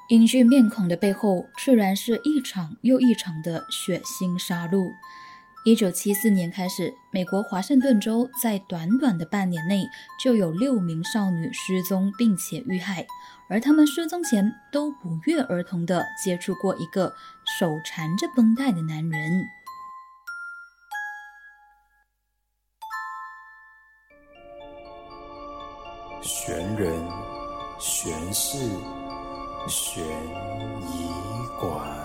英俊面孔的背后，自然是一场又一场的血腥杀戮。1974年开始，美国华盛顿州在短短的半年内就有6名少女失踪并且遇害，而她们失踪前都不约而同地接触过一个手缠着绷带的男人。 悬人、悬事、悬疑馆。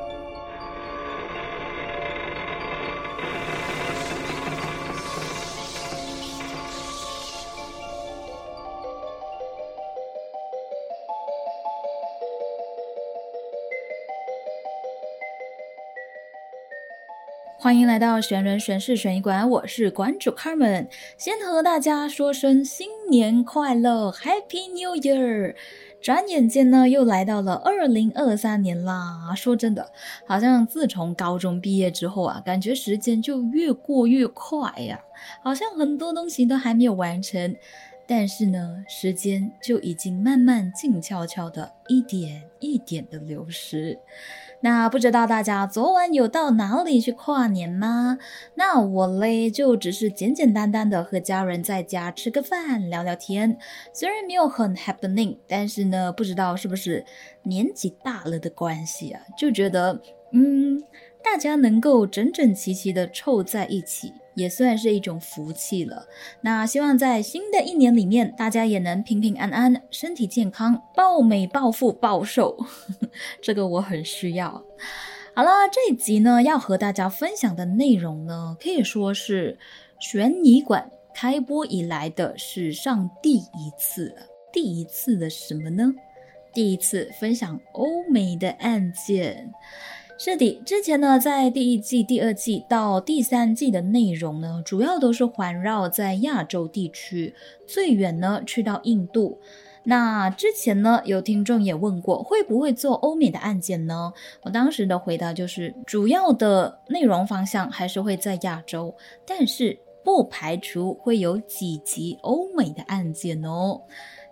欢迎来到悬人悬事悬疑馆，我是馆主 Carmen， 先和大家说声新年快乐 Happy New Year。 转眼间呢又来到了2023年啦，说真的，好像自从高中毕业之后啊，感觉时间就越过越快呀，好像很多东西都还没有完成，但是呢时间就已经慢慢静悄悄的一点一点的流失。那不知道大家昨晚有到哪里去跨年吗？那我嘞就只是简简单单的和家人在家吃个饭聊聊天，虽然没有很 happening， 但是呢不知道是不是年纪大了的关系啊，就觉得大家能够整整齐齐的凑在一起也算是一种福气了。那希望在新的一年里面，大家也能平平安安，身体健康，爆美爆富爆瘦这个我很需要。好了，这一集呢要和大家分享的内容呢，可以说是悬疑馆开播以来的史上第一次了。第一次的什么呢？第一次分享欧美的案件。是的，之前呢在第1季、第2季到第3季的内容呢，主要都是环绕在亚洲地区，最远呢去到印度。那之前呢有听众也问过会不会做欧美的案件呢，我当时的回答就是主要的内容方向还是会在亚洲，但是不排除会有几集欧美的案件哦。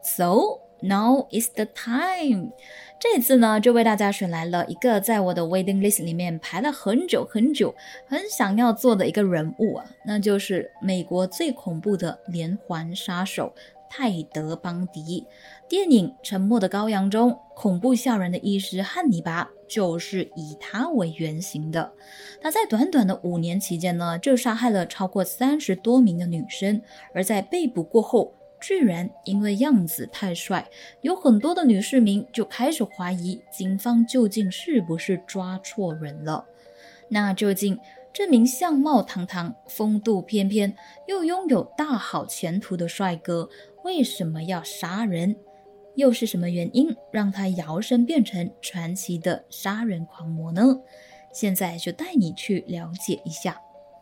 So now is the time。 这次呢就为大家选来了一个在我的 waiting list 里面排了很久很久很想要做的一个人物啊，那就是美国最恐怖的连环杀手泰德·邦迪。电影《沉默的羔羊》中恐怖吓人的医师汉尼拔就是以他为原型的。他在短短的5年期间呢，就杀害了超过30多名的女生，而在被捕过后，居然因为样子太帅，有很多的女市民就开始怀疑警方究竟是不是抓错人了。那究竟这名相貌堂堂、风度翩翩又拥有大好前途的帅哥为什么要杀人？又是什么原因让他摇身变成传奇的杀人狂魔呢？现在就带你去了解一下。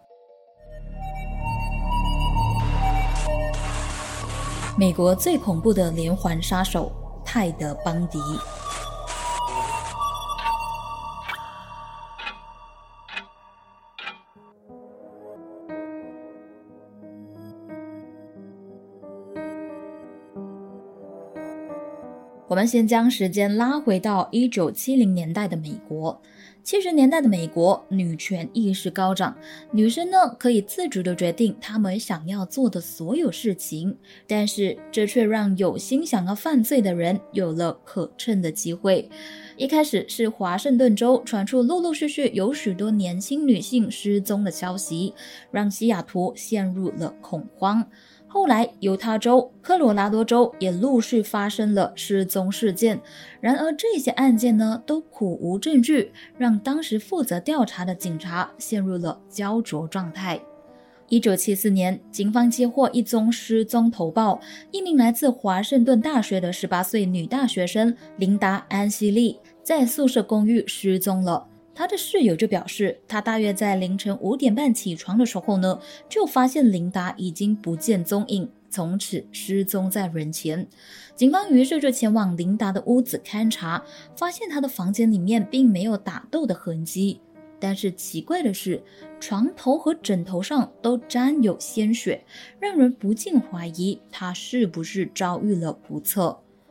美国最恐怖的连环杀手泰德·邦迪。我们先将时间拉回到1970年代的美国。70年代的美国，女权意识高涨，女生呢可以自主地决定她们想要做的所有事情，但是这却让有心想要犯罪的人有了可乘的机会。一开始是华盛顿州传出陆陆续续有许多年轻女性失踪的消息，让西雅图陷入了恐慌。后来犹他州、科罗拉多州也陆续发生了失踪事件，然而这些案件呢都苦无证据，让当时负责调查的警察陷入了焦灼状态。1974年，警方接获一宗失踪投报，一名来自华盛顿大学的18岁女大学生琳达·安西利在宿舍公寓失踪了。他的室友就表示，他大约在凌晨5点半起床的时候呢，就发现琳达已经不见踪影，从此失踪在人前。警方于是就前往琳达的屋子勘查，发现她的房间里面并没有打斗的痕迹，但是奇怪的是，床头和枕头上都沾有鲜血，让人不禁怀疑她是不是遭遇了不测。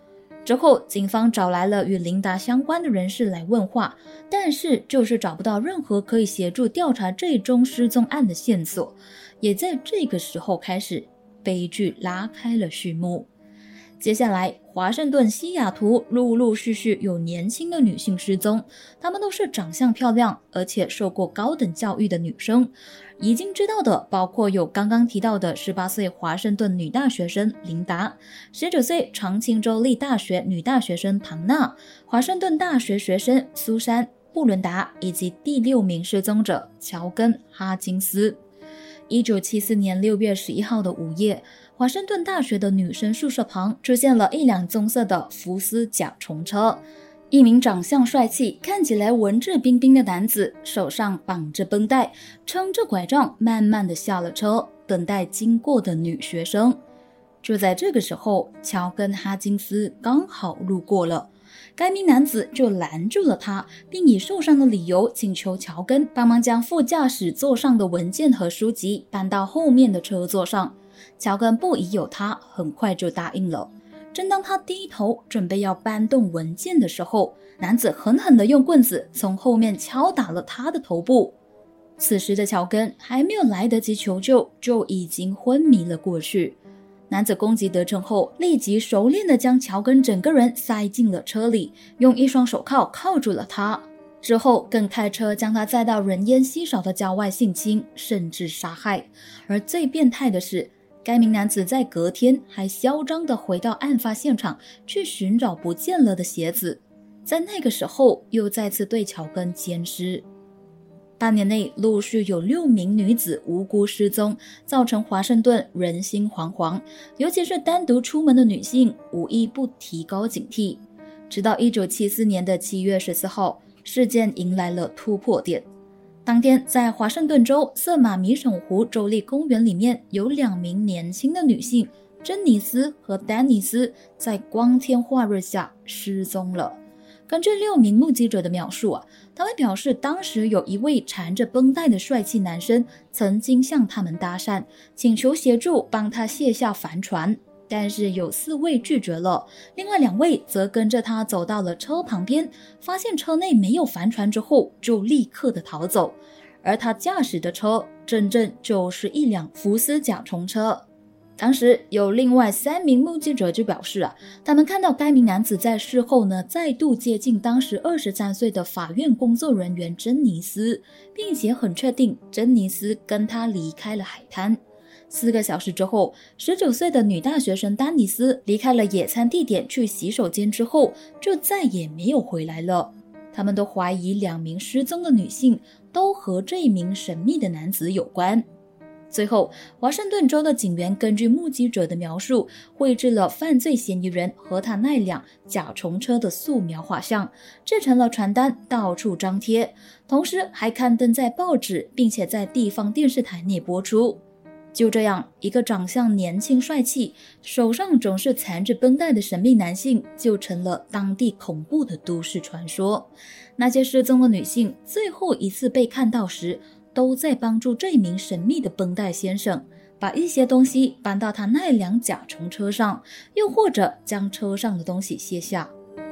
之后警方找来了与琳达相关的人士来问话，但是就是找不到任何可以协助调查这宗失踪案的线索。也在这个时候开始，悲剧拉开了序幕。接下来华盛顿、西雅图陆陆续续有年轻的女性失踪，她们都是长相漂亮而且受过高等教育的女生。已经知道的包括有刚刚提到的18岁华盛顿女大学生琳达，19岁长青州立大学女大学生唐娜，华盛顿大学学生苏珊·布伦达，以及第6名失踪者乔根·哈金斯。1974年6月11号的午夜，华盛顿大学的女生宿舍旁出现了一辆棕色的福斯甲虫车，一名长相帅气、看起来文质彬彬的男子手上绑着绷带，撑着拐杖慢慢地下了车，等待经过的女学生。就在这个时候，乔根·哈金斯刚好路过了，该名男子就拦住了他，并以受伤的理由请求乔根帮忙将副驾驶座上的文件和书籍搬到后面的车座上。乔根不疑有他，很快就答应了。正当他低头准备要搬动文件的时候，男子狠狠地用棍子从后面敲打了他的头部。此时的乔根还没有来得及求救，就已经昏迷了过去。男子攻击得逞后，立即熟练地将乔根整个人塞进了车里，用一双手铐铐住了他，之后更开车将他载到人烟稀少的郊外性侵，甚至杀害。而最变态的是，该名男子在隔天还嚣张地回到案发现场，去寻找不见了的鞋子，在那个时候又再次对乔根奸尸。半年内陆续有6名女子无辜失踪，造成华盛顿人心惶惶，尤其是单独出门的女性无一不提高警惕。直到1974年的7月14号，事件迎来了突破点。当天在华盛顿州瑟马米省湖州立公园里面，有2名年轻的女性珍妮斯和丹尼斯在光天化日下失踪了。根据6名目击者的描述他们表示当时有一位缠着绷带的帅气男生曾经向他们搭讪，请求协助帮他卸下帆船，但是有4位拒绝了，另外2位则跟着他走到了车旁边，发现车内没有帆船之后就立刻的逃走，而他驾驶的车真正就是一辆福斯甲虫车。当时有另外3名目击者就表示他们看到该名男子在事后呢再度接近当时23岁的法院工作人员珍妮斯，并且很确定珍妮斯跟他离开了海滩。4个小时之后，19岁的女大学生丹尼斯离开了野餐地点去洗手间之后就再也没有回来了。他们都怀疑2名失踪的女性都和这一名神秘的男子有关。最后，华盛顿州的警员根据目击者的描述，绘制了犯罪嫌疑人和他那辆甲虫车的素描画像，制成了传单，到处张贴，同时还刊登在报纸，并且在地方电视台内播出。就这样，一个长相年轻帅气，手上总是缠着绷带的神秘男性就成了当地恐怖的都市传说。那些失踪的女性最后一次被看到时，都在帮助这名神秘的绷带先生把一些东西搬到他那辆甲虫车上，又或者将车上的东西卸下。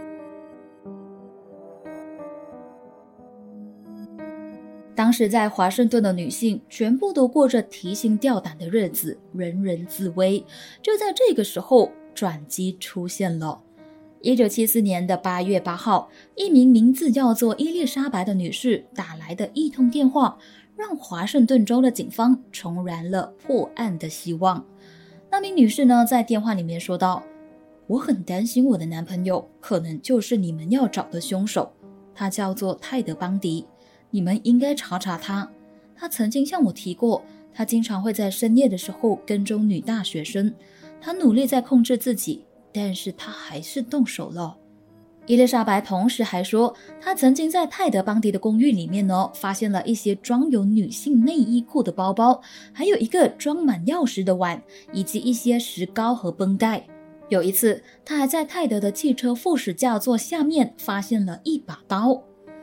当时在华盛顿的女性全部都过着提心吊胆的日子，人人自危。就在这个时候，转机出现了。1974年的8月8号，一名名字叫做伊丽莎白的女士打来的一通电话，让华盛顿州的警方重燃了破案的希望。那名女士呢，在电话里面说道：我很担心我的男朋友可能就是你们要找的凶手，他叫做泰德·邦迪，你们应该查查他。他曾经向我提过，他经常会在深夜的时候跟踪女大学生，他努力在控制自己，但是他还是动手了。伊丽莎白同时还说，她曾经在泰德·邦迪的公寓里面呢，发现了一些装有女性内衣裤的包包，还有一个装满钥匙的碗，以及一些石膏和绷带。有一次，她还在泰德的汽车副驾座下面发现了一把刀。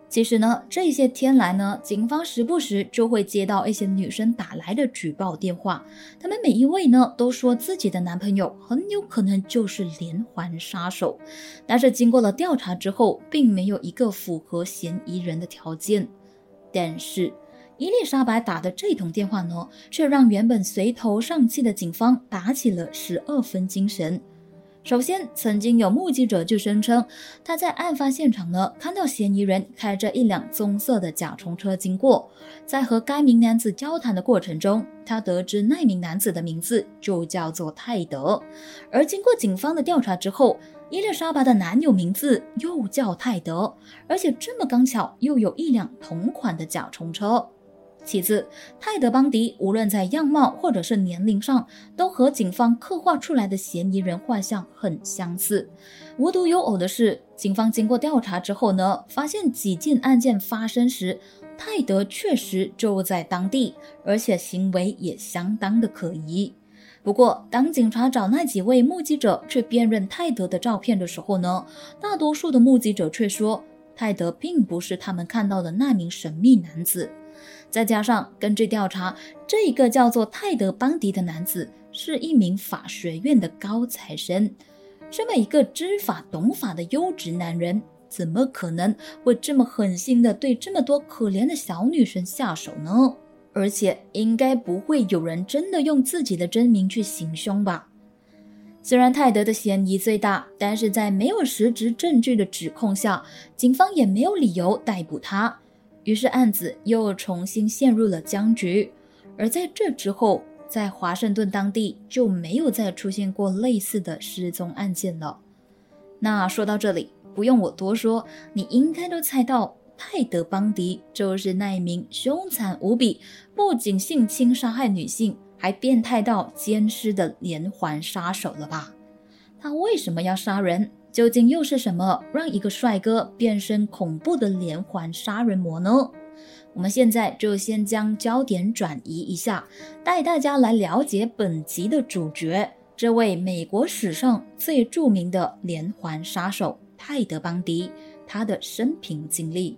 其实呢，这些天来呢，警方时不时就会接到一些女生打来的举报电话，她们每一位呢都说自己的男朋友很有可能就是连环杀手，但是经过了调查之后，并没有一个符合嫌疑人的条件。但是伊丽莎白打的这通电话呢，却让原本垂头丧气的警方打起了12分精神。首先，曾经有目击者就声称，他在案发现场呢看到嫌疑人开着一辆棕色的甲虫车经过，在和该名男子交谈的过程中，他得知那名男子的名字就叫做泰德，而经过警方的调查之后，伊丽莎白的男友名字又叫泰德，而且这么刚巧又有一辆同款的甲虫车。其次，泰德·邦迪无论在样貌或者是年龄上，都和警方刻画出来的嫌疑人画像很相似。无独有偶的是，警方经过调查之后呢，发现几件案件发生时，泰德确实就在当地，而且行为也相当的可疑。不过，当警察找那几位目击者去辨认泰德的照片的时候呢，大多数的目击者却说，泰德并不是他们看到的那名神秘男子。再加上根据调查，这个叫做泰德·邦迪的男子是一名法学院的高材生，这么一个知法懂法的优质男人，怎么可能会这么狠心的对这么多可怜的小女生下手呢？而且应该不会有人真的用自己的真名去行凶吧。虽然泰德的嫌疑最大，但是在没有实质证据的指控下，警方也没有理由逮捕他，于是案子又重新陷入了僵局。而在这之后，在华盛顿当地就没有再出现过类似的失踪案件了。那说到这里，不用我多说，你应该都猜到泰德·邦迪就是那一名凶残无比，不仅性侵杀害女性，还变态到奸尸的连环杀手了吧？他为什么要杀人？究竟又是什么让一个帅哥变身恐怖的连环杀人魔呢？我们现在就先将焦点转移一下，带大家来了解本集的主角，这位美国史上最著名的连环杀手泰德·邦迪，他的生平经历。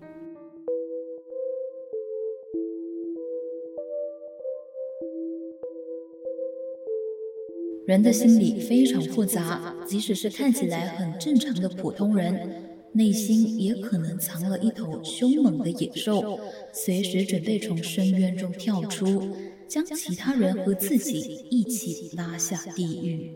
人的心理非常复杂，即使是看起来很正常的普通人，内心也可能藏了一头凶猛的野兽，随时准备从深渊中跳出，将其他人和自己一起拉下地狱。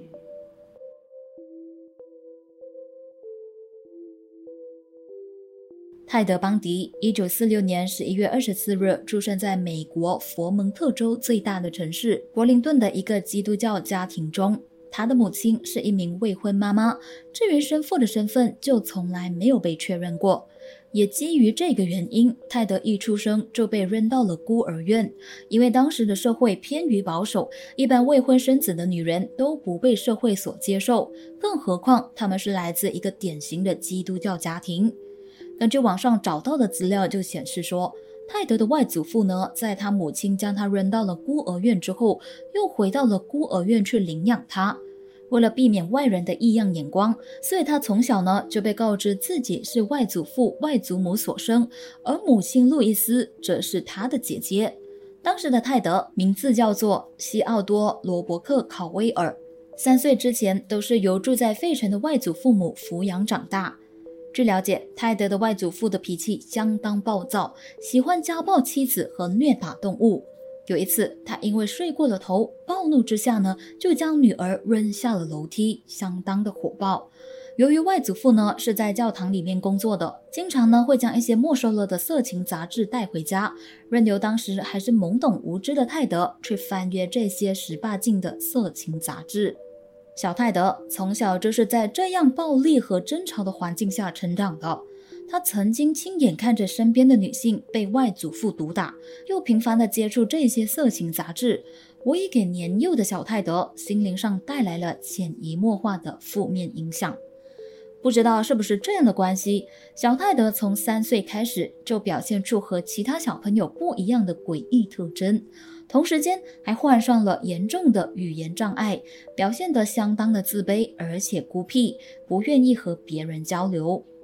泰德·邦迪1946年11月24日出生在美国佛蒙特州最大的城市柏林顿的一个基督教家庭中。他的母亲是一名未婚妈妈，至于生父的身份就从来没有被确认过。也基于这个原因，泰德一出生就被扔到了孤儿院，因为当时的社会偏于保守，一般未婚生子的女人都不被社会所接受，更何况他们是来自一个典型的基督教家庭。根据网上找到的资料就显示说，泰德的外祖父呢，在他母亲将他扔到了孤儿院之后，又回到了孤儿院去领养他。为了避免外人的异样眼光，所以他从小呢就被告知自己是外祖父外祖母所生，而母亲路易斯则是他的姐姐。当时的泰德名字叫做西奥多·罗伯克·考威尔，3岁之前都是由住在费城的外祖父母抚养长大。据了解，泰德的外祖父的脾气相当暴躁，喜欢家暴妻子和虐打动物。有一次，他因为睡过了头，暴怒之下呢，就将女儿扔下了楼梯，相当的火爆。由于外祖父呢是在教堂里面工作的，经常呢会将一些没收了的色情杂志带回家，任由当时还是懵懂无知的泰德去翻阅这些18禁的色情杂志。小泰德从小就是在这样暴力和争吵的环境下成长的。他曾经亲眼看着身边的女性被外祖父毒打，又频繁地接触这些色情杂志，无疑给年幼的小泰德心灵上带来了潜移默化的负面影响。不知道是不是这样的关系，小泰德从3岁开始就表现出和其他小朋友不一样的诡异特征，同时间还患上了严重的语言障碍，表现得相当的自卑，而且孤僻，不愿意和别人交流。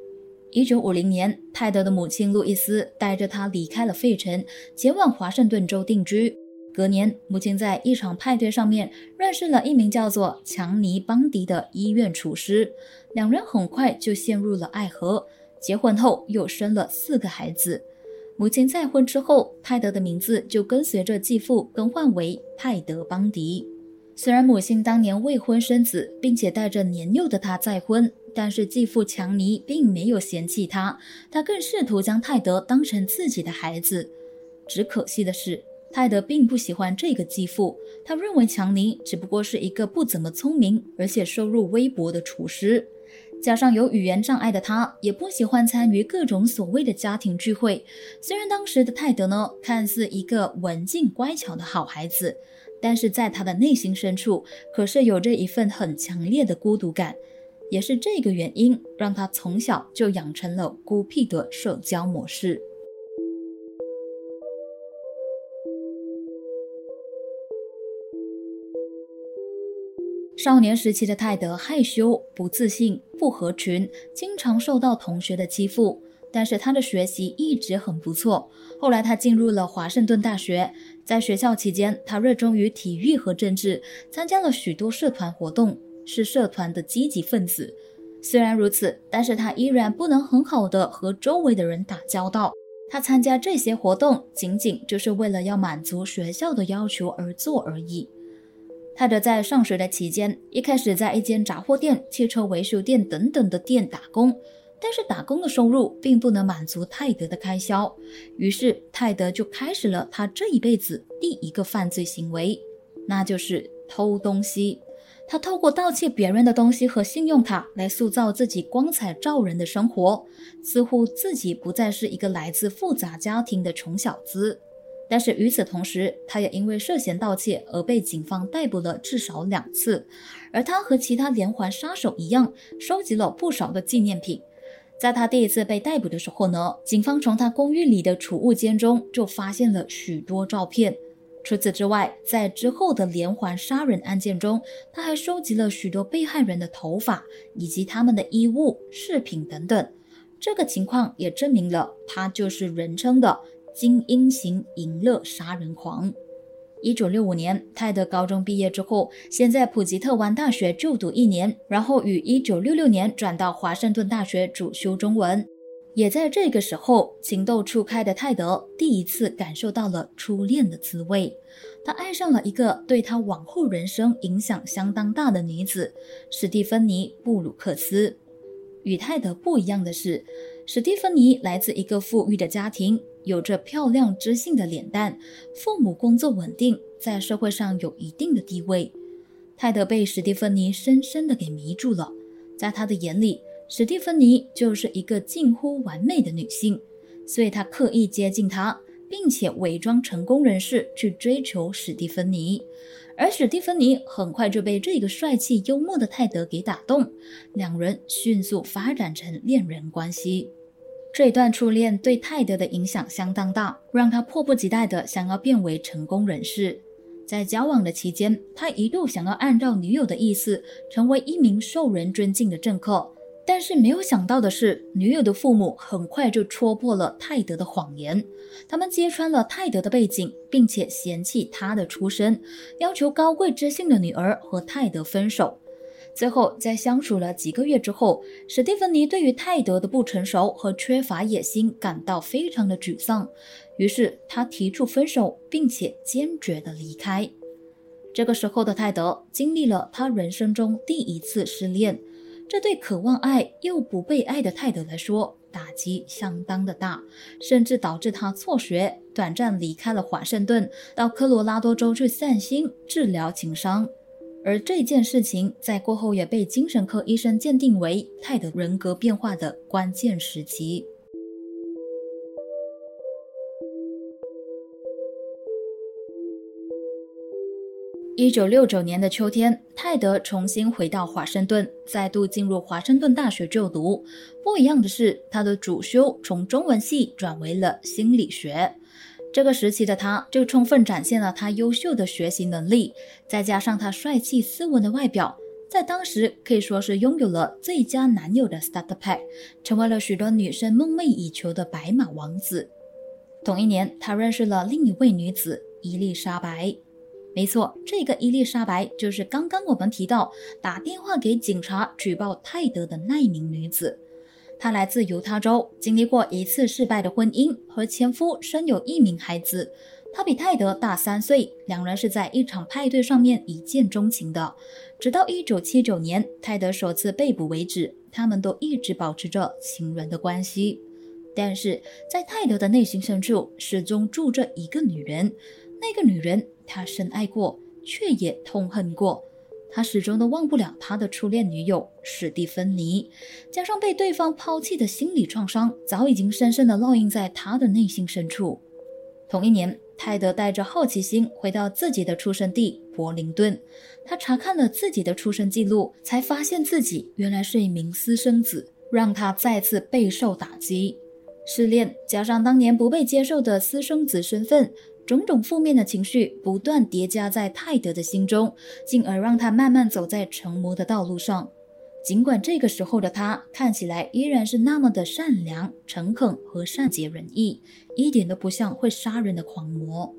1950年，泰德的母亲路易斯带着他离开了费城，前往华盛顿州定居。隔年，母亲在一场派对上面认识了一名叫做强尼·邦迪的医院厨师，两人很快就陷入了爱河，结婚后又生了4个孩子。母亲再婚之后，泰德的名字就跟随着继父更换为泰德·邦迪。虽然母亲当年未婚生子，并且带着年幼的他再婚，但是继父强尼并没有嫌弃他，他更试图将泰德当成自己的孩子。只可惜的是，泰德并不喜欢这个继父，他认为强尼只不过是一个不怎么聪明，而且收入微薄的厨师。加上有语言障碍的他，也不喜欢参与各种所谓的家庭聚会。虽然当时的泰德呢，看似一个文静乖巧的好孩子，但是在他的内心深处，可是有着一份很强烈的孤独感。也是这个原因，让他从小就养成了孤僻的社交模式。少年时期的泰德害羞、不自信、不合群，经常受到同学的欺负，但是他的学习一直很不错。后来他进入了华盛顿大学，在学校期间，他热衷于体育和政治，参加了许多社团活动，是社团的积极分子。虽然如此，但是他依然不能很好的和周围的人打交道。他参加这些活动，仅仅就是为了要满足学校的要求而做而已。泰德在上学的期间，一开始在一间杂货店、汽车维修店等等的店打工，但是打工的收入并不能满足泰德的开销，于是泰德就开始了他这一辈子第一个犯罪行为，那就是偷东西。他透过盗窃别人的东西和信用卡来塑造自己光彩照人的生活，似乎自己不再是一个来自复杂家庭的穷小子。但是与此同时，他也因为涉嫌盗窃而被警方逮捕了至少2次，而他和其他连环杀手一样，收集了不少的纪念品。在他第一次被逮捕的时候呢，警方从他公寓里的储物间中就发现了许多照片。除此之外，在之后的连环杀人案件中，他还收集了许多被害人的头发，以及他们的衣物、饰品等等。这个情况也证明了他就是人称的精英型淫乐杀人狂。1965年，泰德高中毕业之后，先在普吉特湾大学就读1年，然后于1966年转到华盛顿大学主修中文。也在这个时候，情窦初开的泰德第一次感受到了初恋的滋味。他爱上了一个对他往后人生影响相当大的女子，史蒂芬妮·布鲁克斯。与泰德不一样的是，史蒂芬妮来自一个富裕的家庭，有着漂亮知性的脸蛋，父母工作稳定，在社会上有一定的地位。泰德被史蒂芬妮深深地给迷住了，在他的眼里，史蒂芬妮就是一个近乎完美的女性，所以他刻意接近她，并且伪装成功人士去追求史蒂芬妮。而史蒂芬妮很快就被这个帅气幽默的泰德给打动，两人迅速发展成恋人关系。这段初恋对泰德的影响相当大，让他迫不及待地想要变为成功人士。在交往的期间，他一度想要按照女友的意思，成为一名受人尊敬的政客。但是没有想到的是，女友的父母很快就戳破了泰德的谎言，他们揭穿了泰德的背景，并且嫌弃他的出身，要求高贵知性的女儿和泰德分手。最后在相处了几个月之后，史蒂芬妮对于泰德的不成熟和缺乏野心感到非常的沮丧，于是他提出分手，并且坚决的离开。这个时候的泰德经历了他人生中第一次失恋，这对渴望爱又不被爱的泰德来说，打击相当的大，甚至导致他辍学，短暂离开了华盛顿，到科罗拉多州去散心治疗情伤。而这件事情在过后也被精神科医生鉴定为泰德人格变化的关键时期。1969年的秋天，泰德重新回到华盛顿，再度进入华盛顿大学就读。不一样的是，他的主修从中文系转为了心理学。这个时期的他就充分展现了他优秀的学习能力，再加上他帅气斯文的外表， 在当时可以说是拥有了最佳男友的 starter pack， 成为了许多女生梦寐以求的白马王子。同一年，他认识了另一位女子伊丽莎白。没错，这个伊丽莎白就是刚刚我们提到打电话给警察举报泰德的那一名女子。她来自犹他州，经历过一次失败的婚姻，和前夫生有一名孩子。她比泰德大3岁，两人是在一场派对上面一见钟情的。直到1979年泰德首次被捕为止，他们都一直保持着情人的关系。但是在泰德的内心深处始终住着一个女人，那个女人他深爱过，却也痛恨过。他始终都忘不了他的初恋女友史蒂芬妮，加上被对方抛弃的心理创伤，早已经深深地烙印在他的内心深处。同一年，泰德带着好奇心回到自己的出生地柏林顿，他查看了自己的出生记录，才发现自己原来是一名私生子，让他再次备受打击。失恋加上当年不被接受的私生子身份，种种负面的情绪不断叠加在泰德的心中，进而让他慢慢走在成魔的道路上。尽管这个时候的他看起来依然是那么的善良、诚恳和善解人意，一点都不像会杀人的狂魔。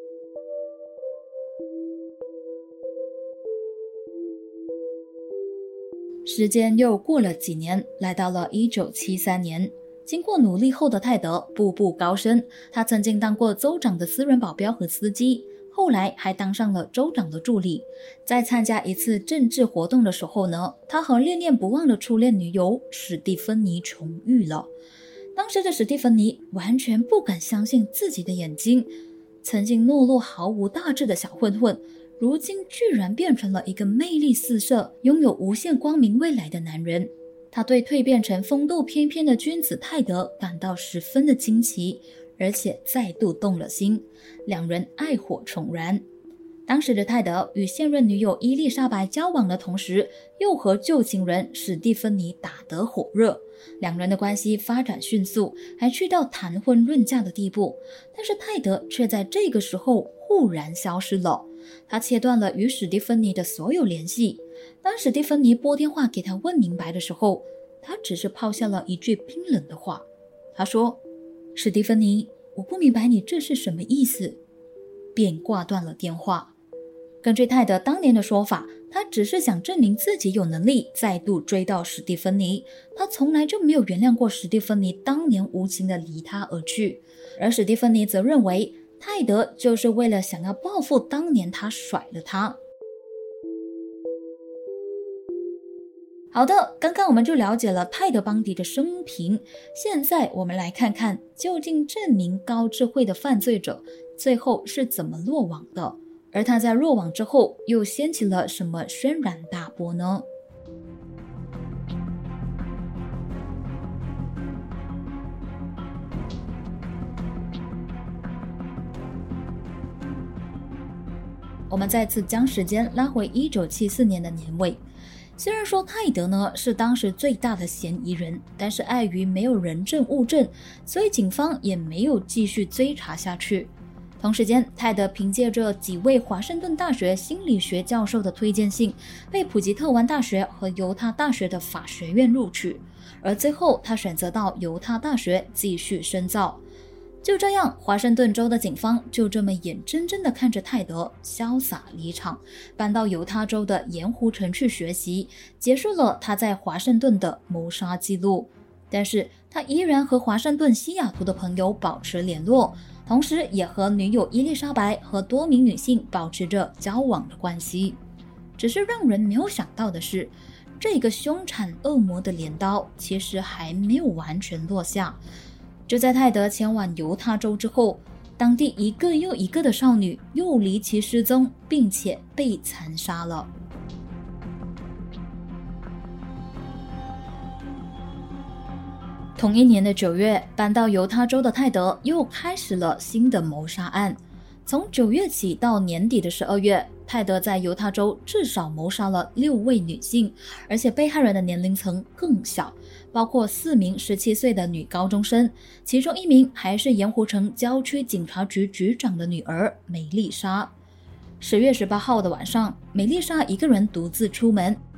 时间又过了几年，来到了1973年。经过努力后的泰德步步高升，他曾经当过州长的私人保镖和司机，后来还当上了州长的助理。在参加一次政治活动的时候呢，他和恋恋不忘的初恋女友史蒂芬妮重遇了。当时的史蒂芬妮完全不敢相信自己的眼睛，曾经懦弱毫无大志的小混混，如今居然变成了一个魅力四射、拥有无限光明未来的男人。他对蜕变成风度翩翩的君子泰德感到十分的惊奇，而且再度动了心，两人爱火重燃。当时的泰德与现任女友伊丽莎白交往的同时，又和旧情人史蒂芬妮打得火热，两人的关系发展迅速，还去到谈婚论嫁的地步。但是泰德却在这个时候忽然消失了，他切断了与史蒂芬妮的所有联系。当史蒂芬妮拨电话给他问明白的时候，他只是抛下了一句冰冷的话。他说：“史蒂芬妮，我不明白你这是什么意思。”便挂断了电话。根据泰德当年的说法，他只是想证明自己有能力再度追到史蒂芬妮，他从来就没有原谅过史蒂芬妮当年无情的离他而去。而史蒂芬妮则认为泰德就是为了想要报复当年他甩了他。好的，刚刚我们就了解了泰德邦迪的生平，现在我们来看看究竟这名高智慧的犯罪者最后是怎么落网的，而他在落网之后又掀起了什么轩然大波呢？我们再次将时间拉回1974年的年尾。虽然说泰德呢是当时最大的嫌疑人，但是碍于没有人证物证，所以警方也没有继续追查下去。同时间，泰德凭借着几位华盛顿大学心理学教授的推荐信，被普吉特湾大学和犹他大学的法学院录取，而最后他选择到犹他大学继续深造。就这样，华盛顿州的警方就这么眼睁睁地看着泰德潇洒离场，搬到犹他州的盐湖城去学习，结束了他在华盛顿的谋杀记录。但是他依然和华盛顿西雅图的朋友保持联络，同时也和女友伊丽莎白和多名女性保持着交往的关系。只是让人没有想到的是，这个凶残恶魔的镰刀其实还没有完全落下。就在泰德前往犹他州之后，当地一个又一个的少女又离奇失踪，并且被残杀了。同一年的9月，搬到犹他州的泰德又开始了新的谋杀案。从9月起到年底的12月，泰德在犹他州至少谋杀了6位女性，而且被害人的年龄层更小，包括4名17岁的女高中生，其中1名还是盐湖城郊区警察局局长的女儿梅丽莎。10月18号的晚上，梅丽莎一个人独自出门，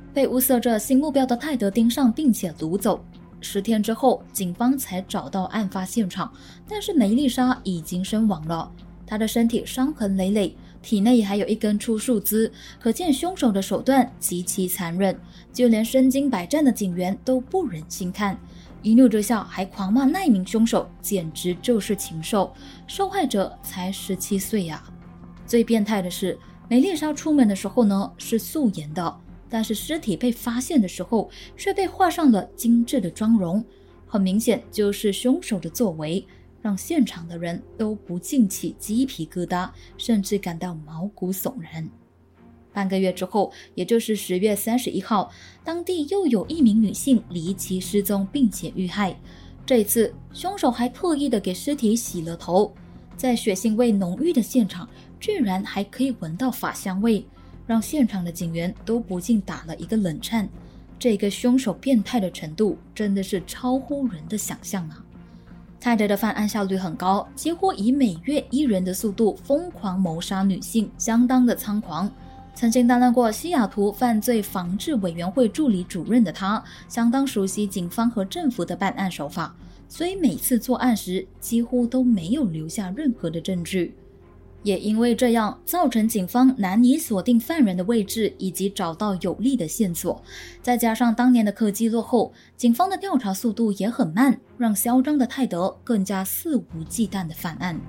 被物色着新目标的泰德盯上并且掳走。10天之后，警方才找到案发现场，但是梅丽莎已经身亡了。她的身体伤痕累累，体内还有一根粗树枝，可见凶手的手段极其残忍，就连身经百战的警员都不忍心看。一怒之下还狂骂那名凶手简直就是禽兽，受害者才17岁啊。最变态的是，梅丽莎出门的时候呢是素颜的，但是尸体被发现的时候却被画上了精致的妆容，很明显就是凶手的作为，让现场的人都不禁起鸡皮疙瘩，甚至感到毛骨悚然。半个月之后，也就是10月31号，当地又有一名女性离奇失踪并且遇害。这一次，凶手还特意的给尸体洗了头，在血腥味浓郁的现场，居然还可以闻到法香味，让现场的警员都不禁打了一个冷颤。这个凶手变态的程度真的是超乎人的想象啊！泰德的犯案效率很高，几乎以每月1人的速度疯狂谋杀女性，相当的猖狂。曾经担任过西雅图犯罪防治委员会助理主任的他，相当熟悉警方和政府的办案手法，所以每次作案时几乎都没有留下任何的证据。也因为这样，造成警方难以锁定犯人的位置以及找到有力的线索，再加上当年的科技落后，警方的调查速度也很慢，让嚣张的泰德更加肆无忌惮的犯案。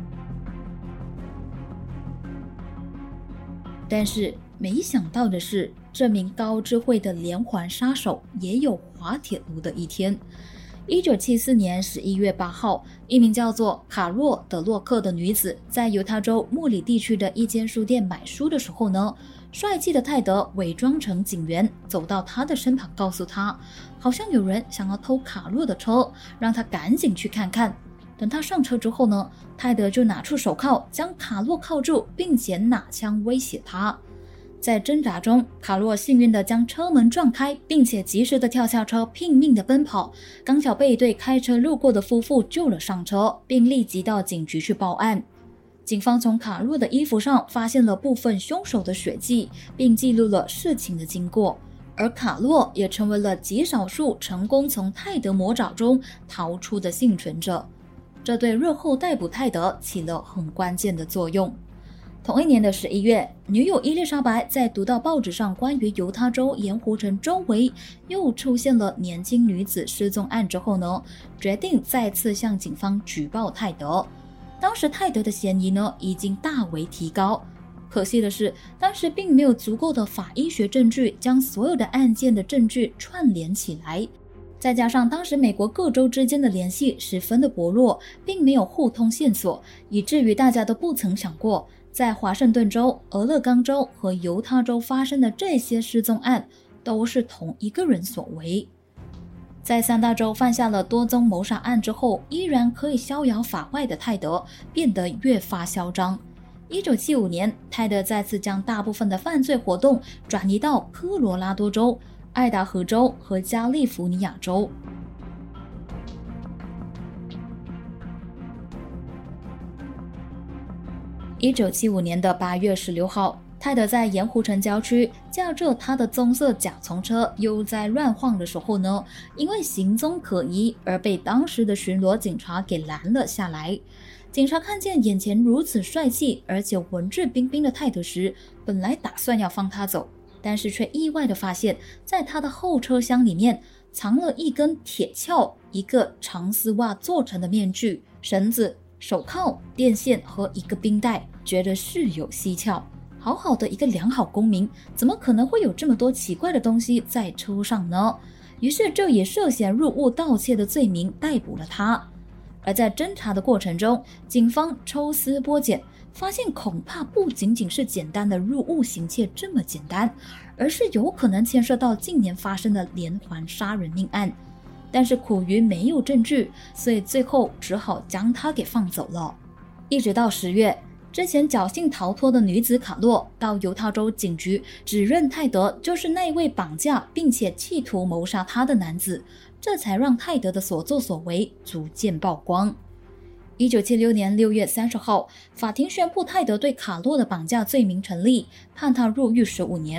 但是没想到的是，这名高智慧的连环杀手也有滑铁卢的一天。1974年11月8号，一名叫做卡洛·德洛克的女子在犹他州莫里地区的一间书店买书的时候呢，帅气的泰德伪装成警员走到她的身旁，告诉她好像有人想要偷卡洛的车，让她赶紧去看看。等他上车之后呢，泰德就拿出手铐将卡洛铐住，并且拿枪威胁他。在挣扎中，卡洛幸运地将车门撞开，并且及时地跳下车，拼命地奔跑，刚巧被一对开车路过的夫妇救了上车，并立即到警局去报案。警方从卡洛的衣服上发现了部分凶手的血迹，并记录了事情的经过。而卡洛也成为了极少数成功从泰德魔爪中逃出的幸存者。这对日后逮捕泰德起了很关键的作用。同一年的11月，女友伊丽莎白在读到报纸上关于犹他州盐湖城周围又出现了年轻女子失踪案之后呢，决定再次向警方举报泰德。当时泰德的嫌疑呢已经大为提高，可惜的是，当时并没有足够的法医学证据将所有的案件的证据串联起来。再加上当时美国各州之间的联系十分的薄弱，并没有互通线索，以至于大家都不曾想过，在华盛顿州、俄勒冈州和犹他州发生的这些失踪案都是同一个人所为。在3大州犯下了多宗谋杀案之后，依然可以逍遥法外的泰德变得越发嚣张。1975年，泰德再次将大部分的犯罪活动转移到科罗拉多州、爱达荷州和加利福尼亚州。1975年的8月16号，泰德在盐湖城郊区驾着他的棕色甲虫车悠哉乱晃的时候呢，因为行踪可疑而被当时的巡逻警察给拦了下来。警察看见眼前如此帅气而且文质彬彬的泰德时，本来打算要放他走，但是却意外地发现，在他的后车厢里面藏了一根铁锹、一个长丝袜做成的面具、绳子、手铐、电线和一个冰袋，觉得事有蹊跷。好好的一个良好公民，怎么可能会有这么多奇怪的东西在车上呢？于是就以涉嫌入屋盗窃的罪名逮捕了他。而在侦查的过程中，警方抽丝剥茧，发现恐怕不仅仅是简单的入屋行窃这么简单，而是有可能牵涉到近年发生的连环杀人命案。但是苦于没有证据，所以最后只好将他给放走了。一直到10月，之前侥幸逃脱的女子卡洛到犹他州警局指认泰德就是那位绑架并且企图谋杀她的男子，这才让泰德的所作所为逐渐曝光。1976年6月30号，法庭宣布泰德对卡洛的绑架罪名成立，判他入狱15年，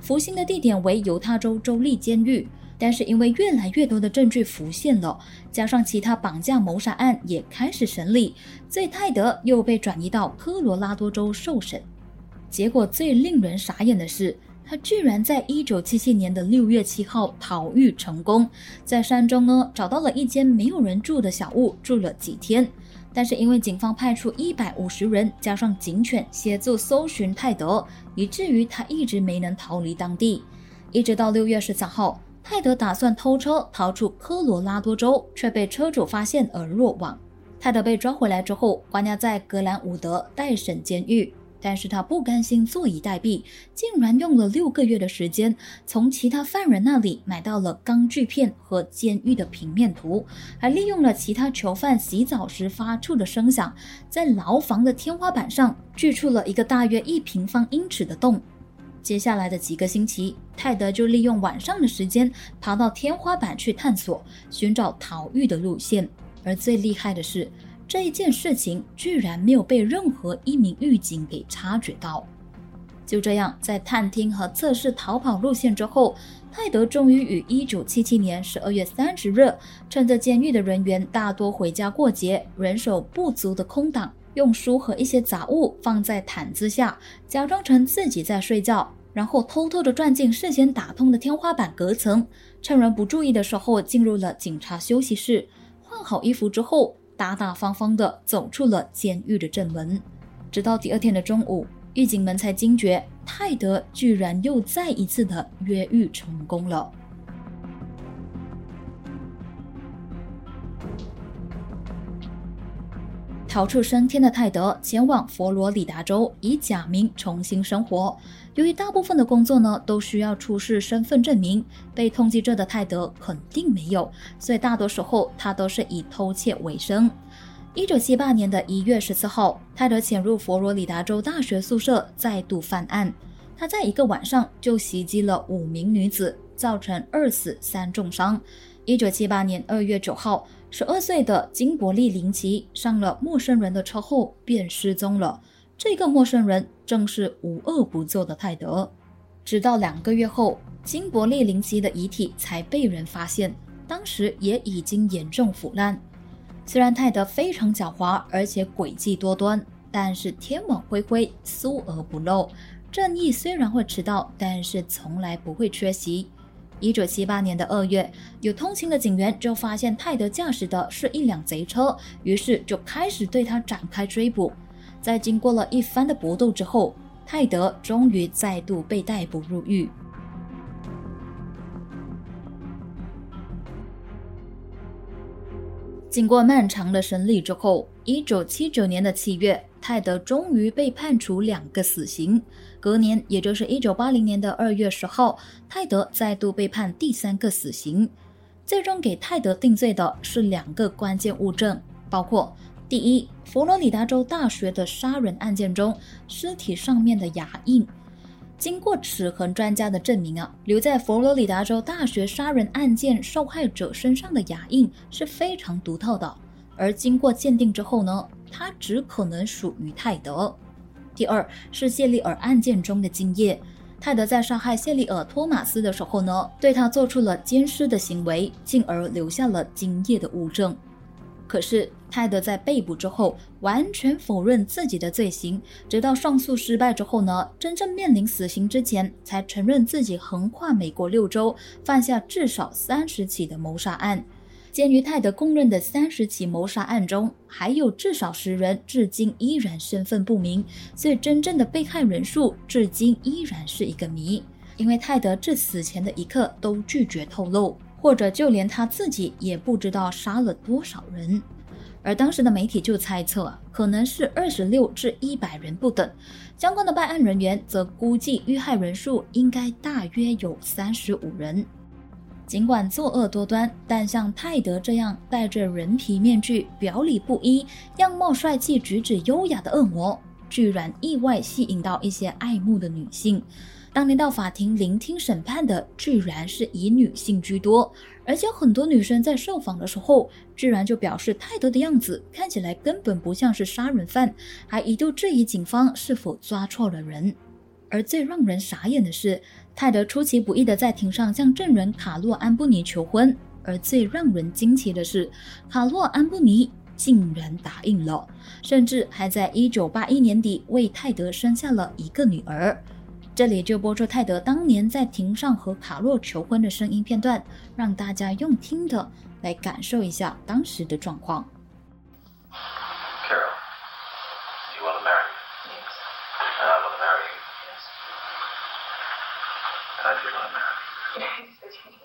服刑的地点为犹他州州立监狱。但是因为越来越多的证据浮现了，加上其他绑架谋杀案也开始审理，所以泰德又被转移到科罗拉多州受审。结果最令人傻眼的是，他居然在1977年的6月7号逃狱成功，在山中呢找到了一间没有人住的小屋，住了几天。但是因为警方派出150人加上警犬协助搜寻泰德，以至于他一直没能逃离当地。一直到6月13号，泰德打算偷车逃出科罗拉多州，却被车主发现而落网。泰德被抓回来之后，关押在格兰伍德待审监狱，但是他不甘心坐以待毙，竟然用了6个月的时间，从其他犯人那里买到了钢锯片和监狱的平面图，还利用了其他囚犯洗澡时发出的声响，在牢房的天花板上锯出了一个大约1平方英尺的洞。接下来的几个星期，泰德就利用晚上的时间爬到天花板去探索，寻找逃狱的路线。而最厉害的是，这一件事情居然没有被任何一名狱警给察觉到。就这样，在探听和测试逃跑路线之后，泰德终于于1977年12月30日，趁着监狱的人员大多回家过节，人手不足的空档，用书和一些杂物放在毯子下，假装成自己在睡觉，然后偷偷地钻进事先打通的天花板隔层，趁人不注意的时候进入了警察休息室，换好衣服之后大大方方地走出了监狱的正门。直到第二天的中午，狱警们才惊觉泰德居然又再一次的越狱成功了。逃出升天的泰德前往佛罗里达州，以假名重新生活。由于大部分的工作呢都需要出示身份证明，被通缉者的泰德肯定没有，所以大多时候他都是以偷窃为生。1978年的1月14号，泰德潜入佛罗里达州大学宿舍，再度犯案。他在一个晚上就袭击了5名女子，造成2死3重伤。1978年2月9号，12岁的金伯利·林奇上了陌生人的车后便失踪了。这个陌生人正是无恶不作的泰德。直到2个月后，金伯利·林奇的遗体才被人发现，当时也已经严重腐烂。虽然泰德非常狡猾，而且诡计多端，但是天网恢恢，疏而不漏。正义虽然会迟到，但是从来不会缺席。1978年的2月，有通勤的警员就发现泰德驾驶的是一辆贼车，于是就开始对他展开追捕。在经过了一番的搏斗之后，泰德终于再度被逮捕入狱。经过漫长的审理之后，1979年的7月，泰德终于被判处2个死刑。隔年，也就是1980年的2月10号，泰德再度被判第3个死刑。最终给泰德定罪的是2个关键物证，包括第一，佛罗里达州大学的杀人案件中尸体上面的牙印。经过齿痕专家的证明留在佛罗里达州大学杀人案件受害者身上的牙印是非常独特的，而经过鉴定之后呢，它只可能属于泰德。第二是谢利尔案件中的精液，泰德在杀害谢利尔·托马斯的时候呢，对他做出了奸尸的行为，进而留下了精液的物证。可是泰德在被捕之后完全否认自己的罪行，直到上诉失败之后呢，真正面临死刑之前才承认自己横跨美国6州犯下至少30起的谋杀案。鉴于泰德公认的30起谋杀案中还有至少10人至今依然身份不明，所以真正的被害人数至今依然是一个谜。因为泰德至死前的一刻都拒绝透露，或者就连他自己也不知道杀了多少人。而当时的媒体就猜测可能是26至100人不等，相关的办案人员则估计遇害人数应该大约有35人。尽管作恶多端，但像泰德这样戴着人皮面具、表里不一、样貌帅气、举止优雅的恶魔，居然意外吸引到一些爱慕的女性。当年到法庭聆听审判的居然是以女性居多，而且很多女生在受访的时候居然就表示泰德的样子看起来根本不像是杀人犯，还一度质疑警方是否抓错了人。而最让人傻眼的是， 泰德出其不意地在庭上向证人卡洛·安布尼求婚，而最让人惊奇的是，卡洛·安布尼竟然答应了，甚至还在1981年底为泰德生下了一个女儿。这里就播出泰德当年在庭上和卡洛求婚的声音片段，让大家用听的来感受一下当时的状况。 Carol, do you want to marry me? Yes. And I want to marry you. Yes. And I do want to marry you.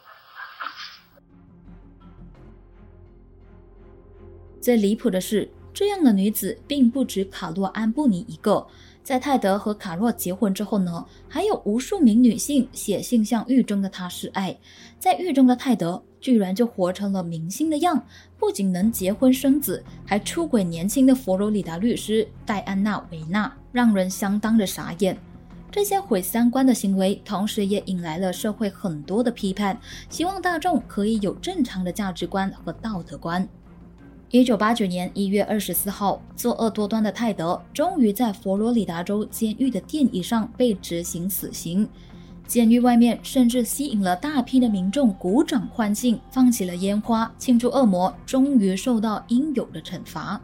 最离谱的是，这样的女子并不止卡洛·安布尼一个。在泰德和卡洛结婚之后呢，还有无数名女性写信向狱中的他示爱。在狱中的泰德居然就活成了明星的样，不仅能结婚生子，还出轨年轻的佛罗里达律师戴安娜·维纳，让人相当的傻眼。这些毁三观的行为，同时也引来了社会很多的批判，希望大众可以有正常的价值观和道德观。1989年1月24号，作恶多端的泰德终于在佛罗里达州监狱的电椅上被执行死刑。监狱外面甚至吸引了大批的民众鼓掌欢庆，放起了烟花，庆祝恶魔终于受到应有的惩罚。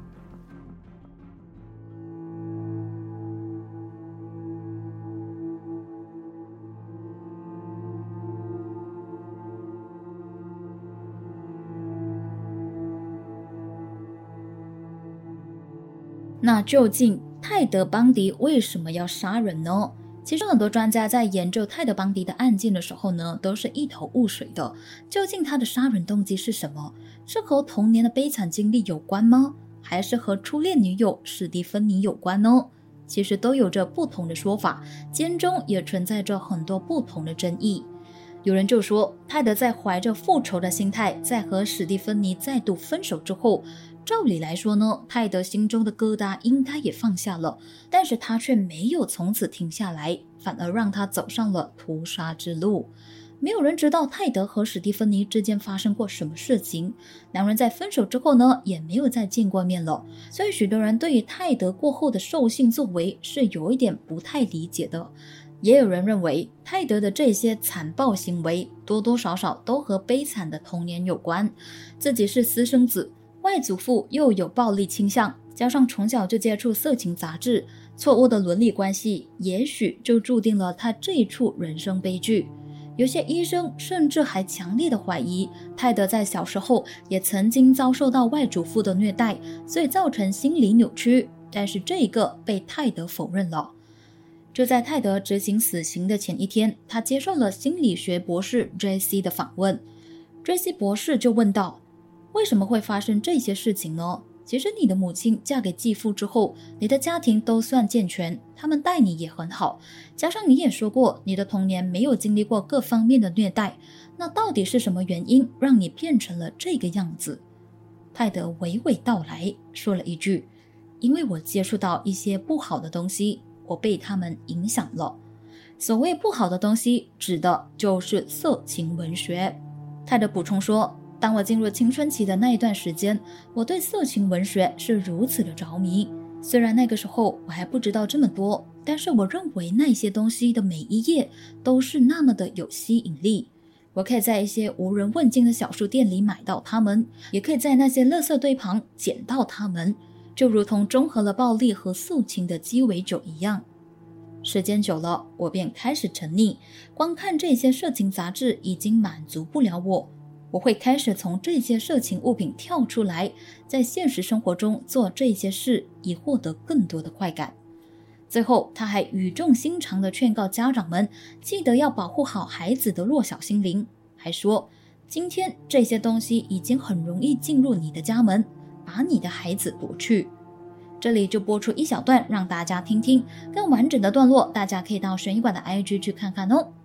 那究竟泰德·邦迪为什么要杀人呢？其实很多专家在研究泰德·邦迪的案件的时候呢，都是一头雾水的。究竟他的杀人动机是什么？是和童年的悲惨经历有关吗？还是和初恋女友史蒂芬妮有关呢？其实都有着不同的说法，间中也存在着很多不同的争议。有人就说，泰德在怀着复仇的心态，在和史蒂芬妮再度分手之后，照理来说呢，泰德心中的疙瘩应该也放下了，但是他却没有从此停下来，反而让他走上了屠杀之路。没有人知道泰德和史蒂芬妮之间发生过什么事情，两人在分手之后呢，也没有再见过面了，所以许多人对于泰德过后的兽性作为是有一点不太理解的。也有人认为，泰德的这些残暴行为多多少少都和悲惨的童年有关，自己是私生子，外祖父又有暴力倾向，加上从小就接触色情杂志，错误的伦理关系，也许就注定了他这一出人生悲剧。有些医生甚至还强烈的怀疑，泰德在小时候也曾经遭受到外祖父的虐待，所以造成心理扭曲，但是这个被泰德否认了。就在泰德执行死刑的前一天，他接受了心理学博士 JC 的访问。JC 博士就问道，为什么会发生这些事情呢？其实你的母亲嫁给继父之后，你的家庭都算健全，他们待你也很好，加上你也说过你的童年没有经历过各方面的虐待，那到底是什么原因让你变成了这个样子？泰德娓娓道来，说了一句，因为我接触到一些不好的东西，我被他们影响了。所谓不好的东西，指的就是色情文学。泰德补充说，当我进入青春期的那一段时间，我对色情文学是如此的着迷。虽然那个时候我还不知道这么多，但是我认为那些东西的每一页都是那么的有吸引力。我可以在一些无人问津的小书店里买到它们，也可以在那些垃圾堆旁捡到它们，就如同中和了暴力和色情的鸡尾酒一样。时间久了，我便开始沉溺，光看这些色情杂志已经满足不了我，我会开始从这些色情物品跳出来，在现实生活中做这些事，以获得更多的快感。最后，他还语重心长地劝告家长们，记得要保护好孩子的弱小心灵，还说，今天这些东西已经很容易进入你的家门，把你的孩子夺去。这里就播出一小段让大家听听，更完整的段落大家可以到悬疑馆的 IG 去看看哦。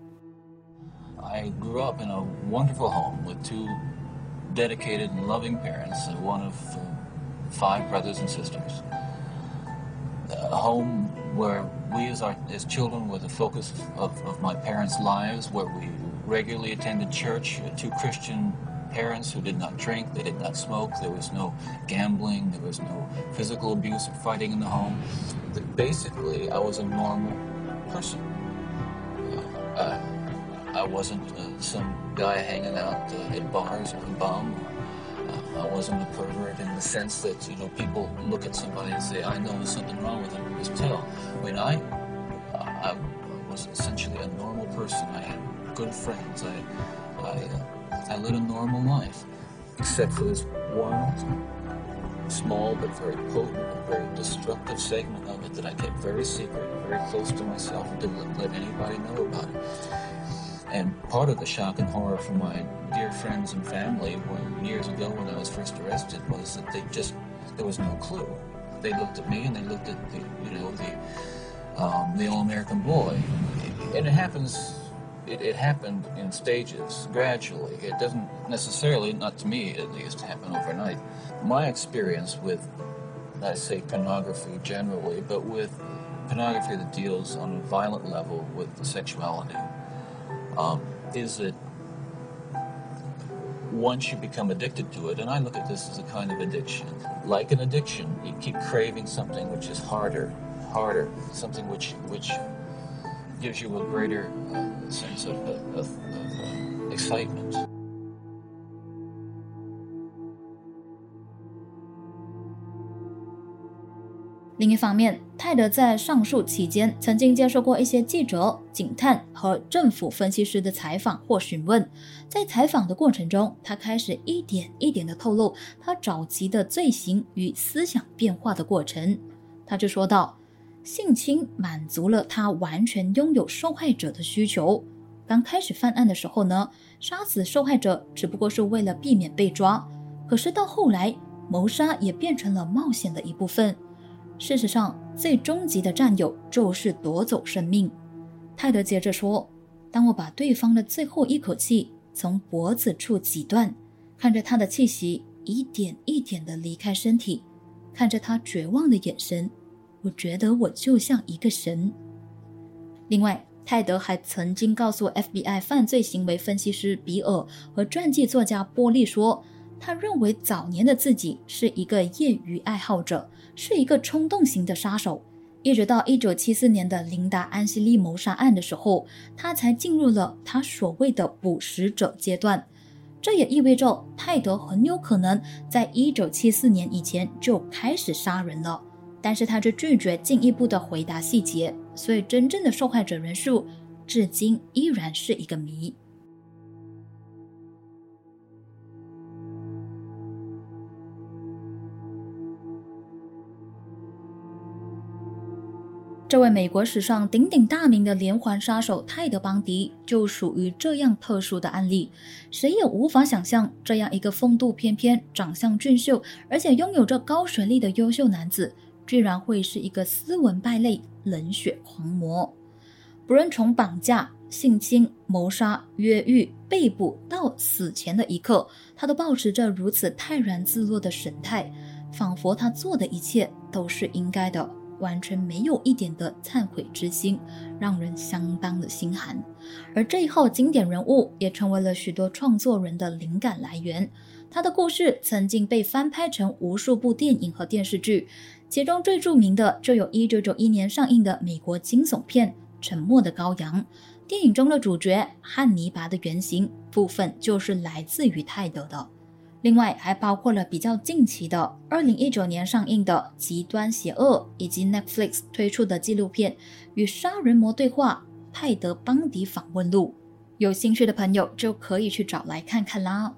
I grew up in a wonderful home with two dedicated and loving parents, one of 5 brothers and sisters. A home where we as children were the focus of my parents' lives, where we regularly attended church, 2 Christian parents who did not drink, they did not smoke, there was no gambling, there was no physical abuse or fighting in the home. Basically, I was a normal person. I wasn't some guy hanging out at bars or a bum. I wasn't a pervert in the sense that, people look at somebody and say, I know there's something wrong with them, just tell. I mean, I was essentially a normal person. I had good friends. I led a normal life, except for this one small but very potent and very destructive segment of it that I kept very secret, very close to myself, and didn't let anybody know about it. And part of the shock and horror from my dear friends and family years ago when I was first arrested was that there was no clue. They looked at me and they looked at the all-American boy. And it happened in stages, gradually. It doesn't necessarily, not to me at least, happen overnight. My experience with, I say pornography generally, but with pornography that deals on a violent level with the sexuality, is that once you become addicted to it, and I look at this as a kind of addiction, like an addiction, you keep craving something which is harder, something which gives you a greater sense of excitement. 另一方面，泰德在上诉期间曾经接受过一些记者、警探和政府分析师的采访或询问。在采访的过程中，他开始一点一点地透露他早期的罪行与思想变化的过程。他就说道，性侵满足了他完全拥有受害者的需求。刚开始犯案的时候呢，杀死受害者只不过是为了避免被抓，可是到后来，谋杀也变成了冒险的一部分。事实上，最终极的占有就是夺走生命。泰德接着说，当我把对方的最后一口气从脖子处挤断，看着他的气息一点一点地离开身体，看着他绝望的眼神，我觉得我就像一个神。另外，泰德还曾经告诉 FBI 犯罪行为分析师比尔和传记作家波利说，他认为早年的自己是一个业余爱好者，是一个冲动型的杀手，一直到1974年的琳达·安西利谋杀案的时候，他才进入了他所谓的捕食者阶段。这也意味着泰德很有可能在1974年以前就开始杀人了，但是他却拒绝进一步的回答细节，所以真正的受害者人数至今依然是一个谜。这位美国史上鼎鼎大名的连环杀手泰德·邦迪就属于这样特殊的案例。谁也无法想象这样一个风度翩翩、长相俊秀，而且拥有着高学历的优秀男子，居然会是一个斯文败类、冷血狂魔。不论从绑架、性侵、谋杀、越狱、被捕到死前的一刻，他都保持着如此泰然自若的神态，仿佛他做的一切都是应该的，完全没有一点的忏悔之心，让人相当的心寒。而这一号经典人物也成为了许多创作人的灵感来源。他的故事曾经被翻拍成无数部电影和电视剧，其中最著名的就有1991年上映的美国惊悚片《沉默的羔羊》。电影中的主角汉尼拔的原型部分就是来自于泰德的。另外还包括了比较近期的2019年上映的《极端邪恶》，以及 Netflix 推出的纪录片《与杀人魔对话：泰德·邦迪访问录》。有兴趣的朋友就可以去找来看看啦。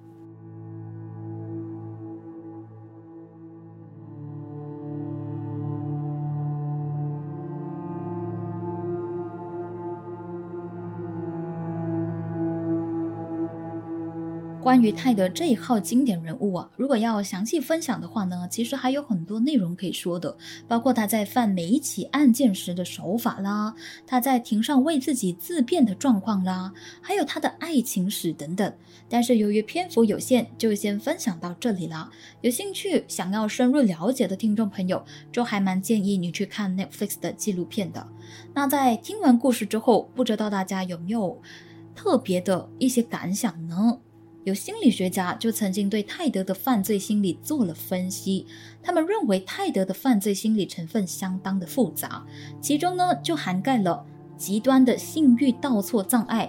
关于泰德这一号经典人物啊，如果要详细分享的话呢，其实还有很多内容可以说的，包括他在犯每一起案件时的手法啦，他在庭上为自己自辩的状况啦，还有他的爱情史等等。但是由于篇幅有限，就先分享到这里啦。有兴趣想要深入了解的听众朋友，就还蛮建议你去看 Netflix 的纪录片的。那在听完故事之后，不知道大家有没有特别的一些感想呢？有心理学家就曾经对泰德的犯罪心理做了分析，他们认为泰德的犯罪心理成分相当的复杂，其中呢就涵盖了极端的性欲倒错障碍、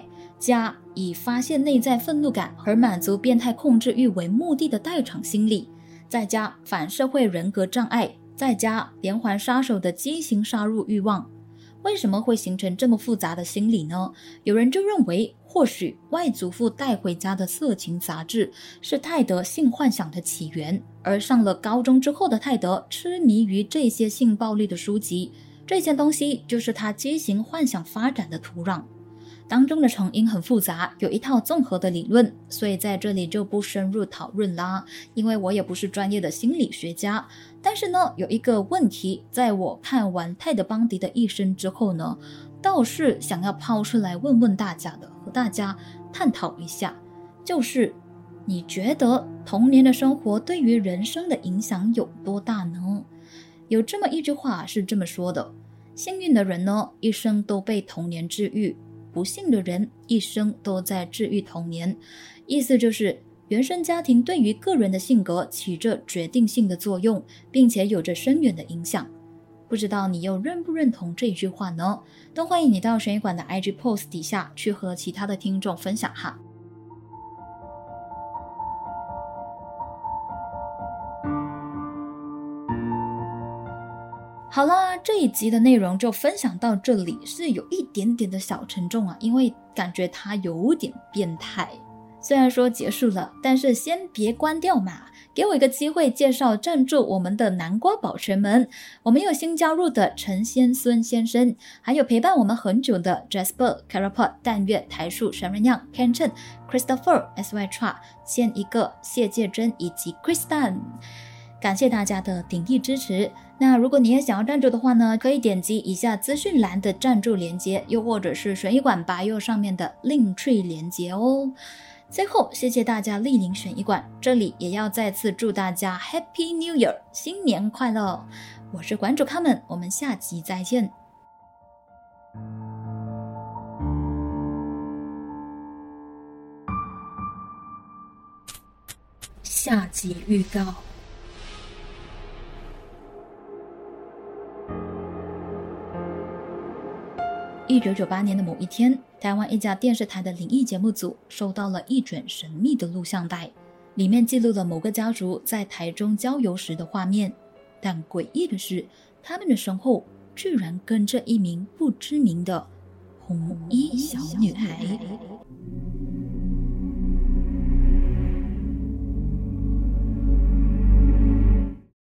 加以发现内在愤怒感而满足变态控制欲为目的的代偿心理，再加反社会人格障碍，再加连环杀手的畸形杀戮欲望。为什么会形成这么复杂的心理呢？有人就认为，或许外祖父带回家的色情杂志是泰德性幻想的起源，而上了高中之后的泰德痴迷于这些性暴力的书籍，这些东西就是他畸形幻想发展的土壤。当中的成因很复杂，有一套综合的理论，所以在这里就不深入讨论啦，因为我也不是专业的心理学家。但是呢，有一个问题，在我看完泰德·邦迪的一生之后呢，倒是想要抛出来问问大家的，和大家探讨一下，就是你觉得童年的生活对于人生的影响有多大呢？有这么一句话是这么说的，幸运的人呢，一生都被童年治愈，不幸的人一生都在治愈童年。意思就是原生家庭对于个人的性格起着决定性的作用，并且有着深远的影响。不知道你又认不认同这句话呢？都欢迎你到悬疑馆的 IG post 底下去和其他的听众分享哈。好啦，这一集的内容就分享到这里，是有一点点的小沉重啊，因为感觉它有点变态。虽然说结束了，但是先别关掉嘛，给我一个机会介绍赞助我们的南瓜保全们。我们有新加入的陈先孙先生，还有陪伴我们很久的 Jasper、Carapod、淡月、台树、沈仁阳、Ken Chen、Christopher、SY Tra、千一个、谢介珍以及 Kristan。感谢大家的鼎力支持。那如果你也想要赞助的话呢，可以点击以下资讯栏的赞助连结，又或者是悬疑馆拔右上面的 Linktree 连结哦。最后，谢谢大家莅临悬疑馆，这里也要再次祝大家 Happy New Year， 新年快乐！我是馆主Carmen，我们下集再见。下集预告。1998年的某一天，台湾一家电视台的灵异节目组收到了一卷神秘的录像带，里面记录了某个家族在台中郊游时的画面。但诡异的是，他们的身后居然跟着一名不知名的红衣小女孩。